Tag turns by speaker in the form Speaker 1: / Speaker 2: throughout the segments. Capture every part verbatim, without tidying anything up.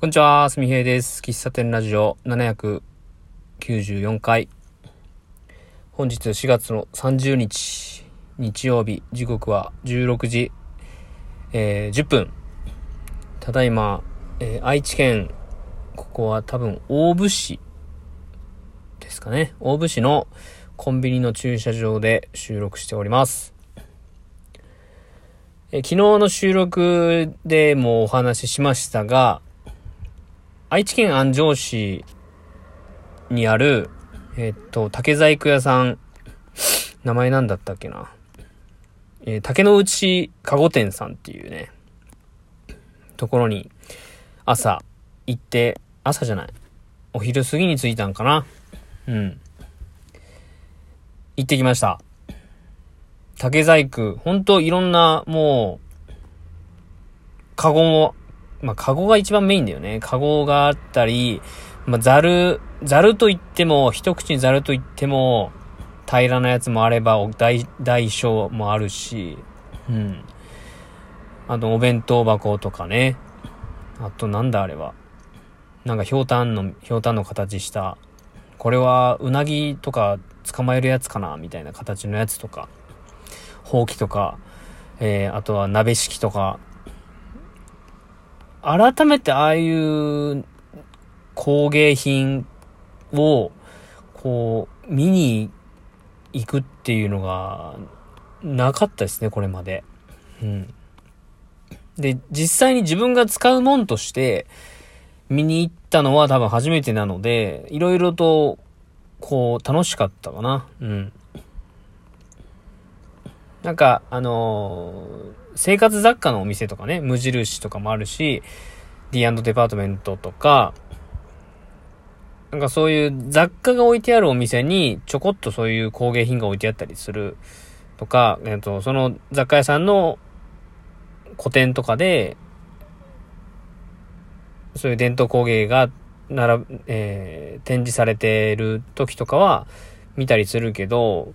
Speaker 1: こんにちは、すみへいです。喫茶店ラジオななひゃくきゅうじゅうよんかい。本日しがつのさんじゅうにち、日曜日、時刻はじゅうろくじ、えー、じゅっぷん。ただいま、えー、愛知県、ここは多分大府市ですかね。大府市のコンビニの駐車場で収録しております。えー、昨日の収録でもお話ししましたが、愛知県安城市にある、えっと、竹細工屋さん、名前なんだったっけな。えー、竹の内かご店さんっていうね、ところに朝行って、朝じゃない、お昼過ぎに着いたんかな。うん。行ってきました。竹細工、ほんといろんな、もう、かごも、まあ、カゴが一番メインだよね。カゴがあったり、まあ、ザル、ザルといっても、一口にザルといっても、平らなやつもあれば、大、大小もあるし、うん。あと、お弁当箱とかね。あと、なんだあれは。なんか、ひょうたんの、ひょうたんの形した、これは、うなぎとか捕まえるやつかなみたいな形のやつとか、ほうきとか、えー、あとは鍋敷きとか、改めてああいう工芸品をこう見に行くっていうのがなかったですね、これまで。うん。で、実際に自分が使うもんとして見に行ったのは多分初めてなので、いろいろとこう楽しかったかな。うん。なんか、あのー、生活雑貨のお店とかね、無印とかもあるし、ディーアンド デパートメントとか、なんかそういう雑貨が置いてあるお店にちょこっとそういう工芸品が置いてあったりするとか、えっと、その雑貨屋さんの個展とかで、そういう伝統工芸が並ぶ、えー、展示されている時とかは見たりするけど、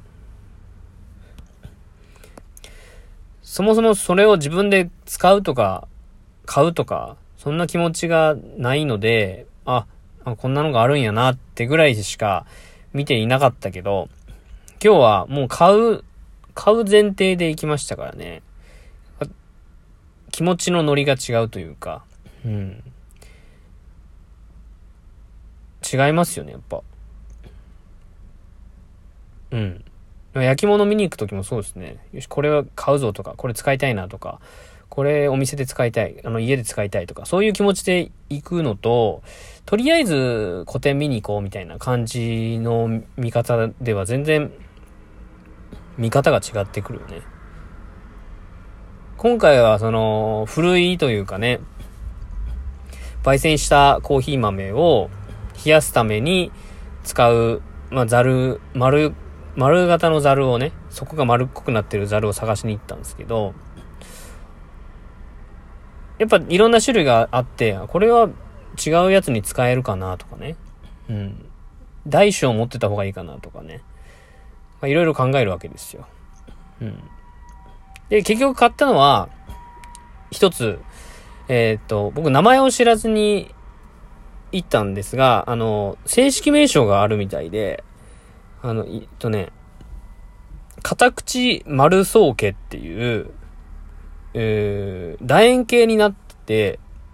Speaker 1: そもそもそれを自分で使うとか買うとかそんな気持ちがないので、あ、あこんなのがあるんやなってぐらいしか見ていなかったけど、今日はもう買う買う前提で行きましたからね。気持ちのノリが違うというか、うん、違いますよね、やっぱ。うん。焼き物見に行くときもそうですね。よし、これは買うぞとか、これ使いたいなとか、これお店で使いたい、あの家で使いたいとか、そういう気持ちで行くのと、とりあえず個展見に行こうみたいな感じの見方では全然見方が違ってくるよね。今回はその古いというかね、焙煎したコーヒー豆を冷やすために使う、まあ、ザル、丸、丸型のザルをね、そこが丸っこくなってるザルを探しに行ったんですけど、やっぱいろんな種類があって、これは違うやつに使えるかなとかね。うん。大小持ってた方がいいかなとかね。まあ、いろいろ考えるわけですよ。うん。で、結局買ったのは、一つ、えー、っと、僕名前を知らずに行ったんですが、あの、正式名称があるみたいで、あの、えっとね、片口丸宗家っていう、えー、楕円形になってて、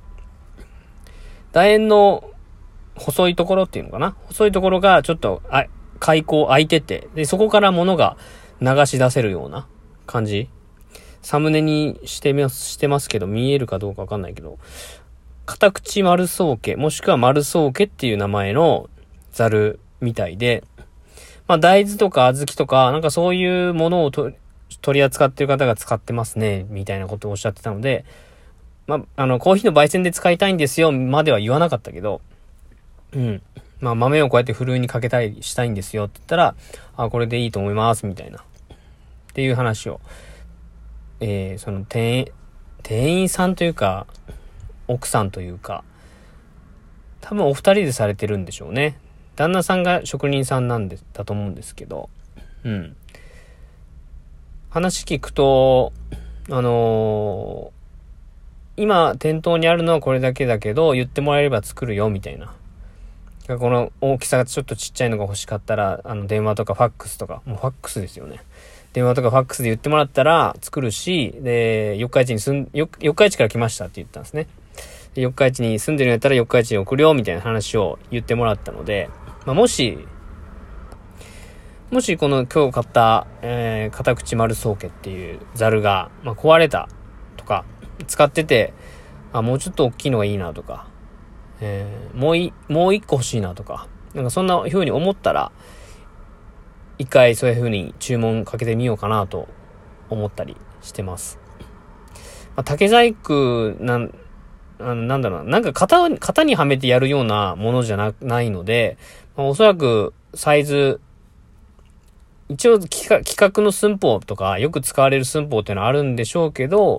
Speaker 1: 楕円の細いところっていうのかな、細いところがちょっとあ開口開いてて、でそこから物が流し出せるような感じ。サムネにしてますしてますけど、見えるかどうかわかんないけど、片口丸宗家もしくは丸宗家っていう名前のザルみたいで、まあ大豆とか小豆とかなんかそういうものをと取り扱ってる方が使ってますねみたいなことをおっしゃってたので、まああのコーヒーの焙煎で使いたいんですよまでは言わなかったけど、うん、まあ豆をこうやってふるいにかけたりしたいんですよって言ったら、あこれでいいと思いますみたいなっていう話を、えー、その店店員さんというか奥さんというか、多分お二人でされてるんでしょうね。旦那さんが職人さんなんでだと思うんですけど、うん。話聞くと、あの今店頭にあるのはこれだけだけど、言ってもらえれば作るよみたいな。この大きさがちょっとちっちゃいのが欲しかったら、あの電話とかファックスとか、もうファックスですよね。電話とかファックスで言ってもらったら作るし、で、四日市に住ん、よ四日市から来ましたって言ったんですね。で四日市に住んでるんやったら四日市に送るよみたいな話を言ってもらったので、まあ、もし、もしこの今日買った、えー、片口丸宗家っていうザルが、まあ、壊れたとか、使ってて、あ、もうちょっと大きいのがいいなとか、えー、もうい、もう一個欲しいなとか、なんかそんな風に思ったら、一回そういう風に注文かけてみようかなと思ったりしてます。まあ、竹細工なん、あのなんだろうな、なんか型、型にはめてやるようなものじゃな、ないので、まあ、おそらくサイズ、一応規格、規格の寸法とか、よく使われる寸法っていうのはあるんでしょうけど、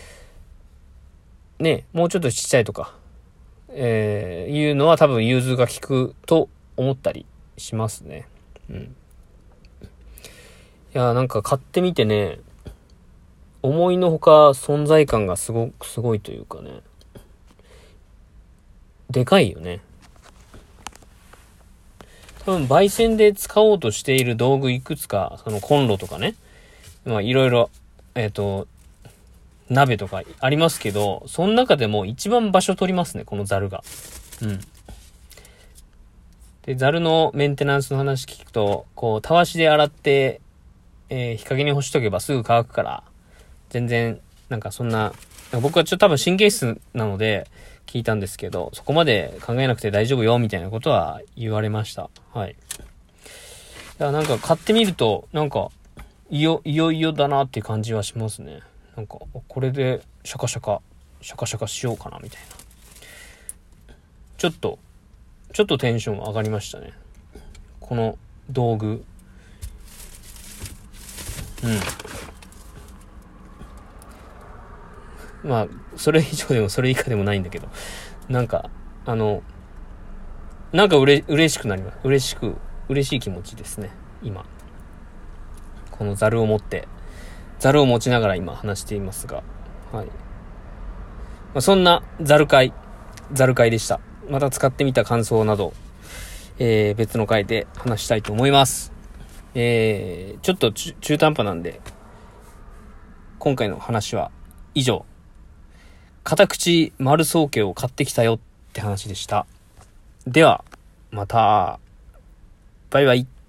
Speaker 1: ね、もうちょっとちっちゃいとか、えー、いうのは多分融通が効くと思ったりしますね。うん。いや、なんか買ってみてね、思いのほか存在感がすごく、すごいというかね、でかいよね。多分焙煎で使おうとしている道具いくつか、そのコンロとかね、まあいろいろ、えっと、鍋とかありますけど、その中でも一番場所取りますね、このザルが。うん。で、ザルのメンテナンスの話聞くと、こう、たわしで洗って、えー、日陰に干しとけばすぐ乾くから、全然、なんかそんな、僕はちょっと多分神経質なので聞いたんですけど、そこまで考えなくて大丈夫よ、みたいなことは言われました。はい。いや、なんか買ってみると、なんか、いよ、いよいよだなっていう感じはしますね。なんか、これでシャカシャカ、シャカシャカしようかな、みたいな。ちょっと、ちょっとテンション上がりましたね。この道具。うん。まあ、それ以上でもそれ以下でもないんだけど、なんか、あの、なんかうれ、嬉しくなります。嬉しく、嬉しい気持ちですね、今。このザルを持って、ザルを持ちながら今話していますが、はい。まあ、そんなザル会、ザル会でした。また使ってみた感想など、えー、別の回で話したいと思います。えー、ちょっと中途半端なんで、今回の話は以上。片口丸宗家を買ってきたよって話でした。では、また。バイバイ。